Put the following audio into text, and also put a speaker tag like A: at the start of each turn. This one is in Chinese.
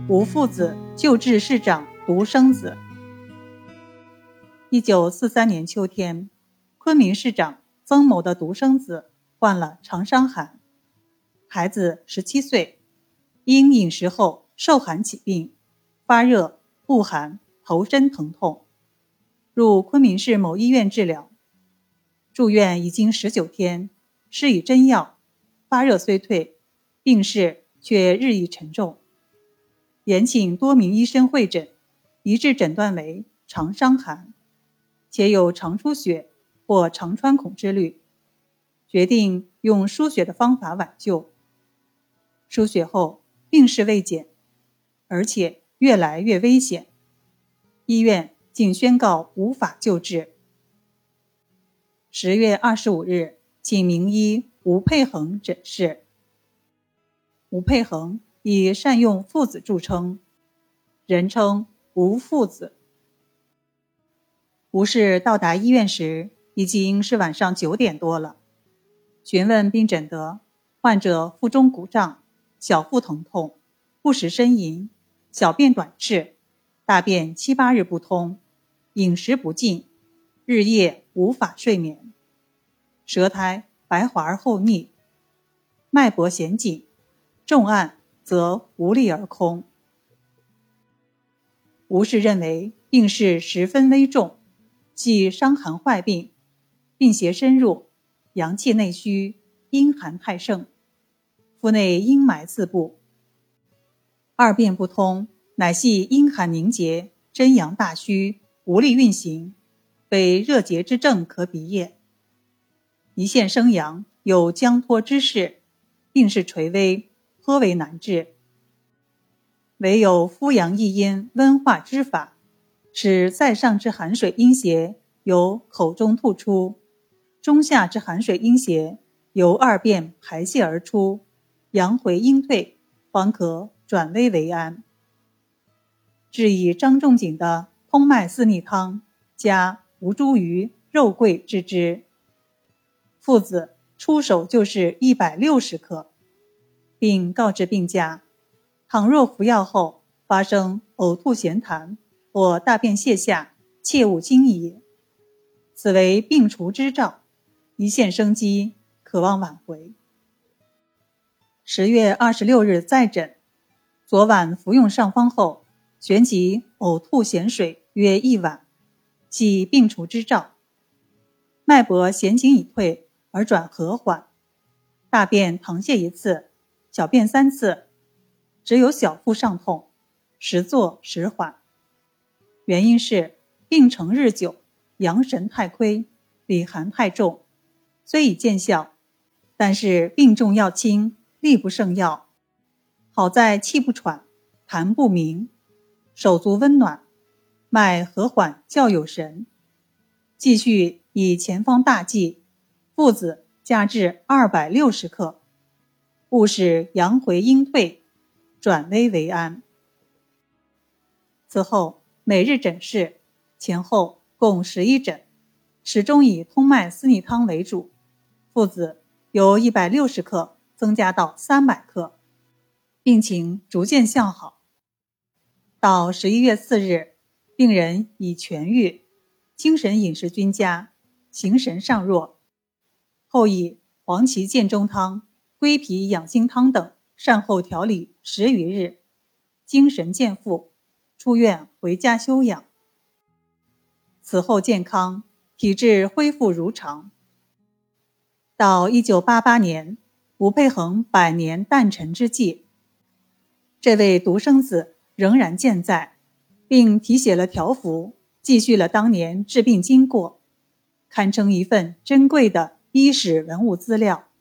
A: 吴父子救治市长独生子。1943年秋天，昆明市长曾某的独生子患了肠伤寒，孩子17岁，因饮食后受寒起病，发热、恶寒、头身疼痛，入昆明市某医院治疗。住院已经19天，施以针药，发热虽退，病势却日益沉重。延请多名医生会诊，一致诊断为肠伤寒，且有肠出血或肠穿孔之虑，决定用输血的方法挽救。输血后病势未减，而且越来越危险，医院竟宣告无法救治。10月25日，请名医吴佩衡诊视。吴佩衡以善用父子著称，人称吴父子。吴氏到达医院时已经是晚上9点多了，询问并诊得患者腹中鼓胀，小腹疼痛，不时呻吟，小便短赤，大便7、8日不通，饮食不进，日夜无法睡眠，舌苔白滑而厚腻，脉搏弦紧，重按则无力而空。吴氏认为病势十分危重，系伤寒坏病，病邪深入，阳气内虚，阴寒太盛，腹内阴霾四布，二便不通，乃系阴寒凝结，真阳大虚，无力运行，非热结之症可比也。一线生阳，有将脱之势，病势垂危，颇为难治。唯有敷阳益阴温化之法，使在上之寒水阴邪由口中吐出，中下之寒水阴邪由二便排泄而出，阳回阴退，方可转危为安。制以张仲景的通脉四逆汤加吴茱萸、肉桂治之。父子出手就是160克，并告知病家，倘若服药后发生呕吐咸痰或大便泻下，切勿惊疑，此为病除之兆，一线生机，可望挽回。10月26日再诊，昨晚服用上方后，旋即呕吐咸水约1碗，系病除之兆。脉搏弦紧已退而转和缓，大便溏泻1次，小便3次，只有小腹上痛，时坐时缓。原因是病程日久，阳神太亏，里寒太重，虽已见效，但是病重药轻，力不胜药。好在气不喘，痰不鸣，手足温暖，脉和缓较有神。继续以前方大剂，父子加至260克，务使阳回阴退，转危为安。此后每日诊视，前后共11诊，始终以通脉四逆汤为主，父子由160克增加到300克，病情逐渐向好。到11月4日，病人已痊愈，精神饮食均佳，形神尚弱。后以黄芪健中汤、归脾养心汤等善后调理10余日，精神健复，出院回家休养。此后健康，体质恢复如常。到1988年，吴佩衡100年诞辰之际，这位独生子仍然健在，并题写了条幅，记叙了当年治病经过，堪称一份珍贵的医史文物资料。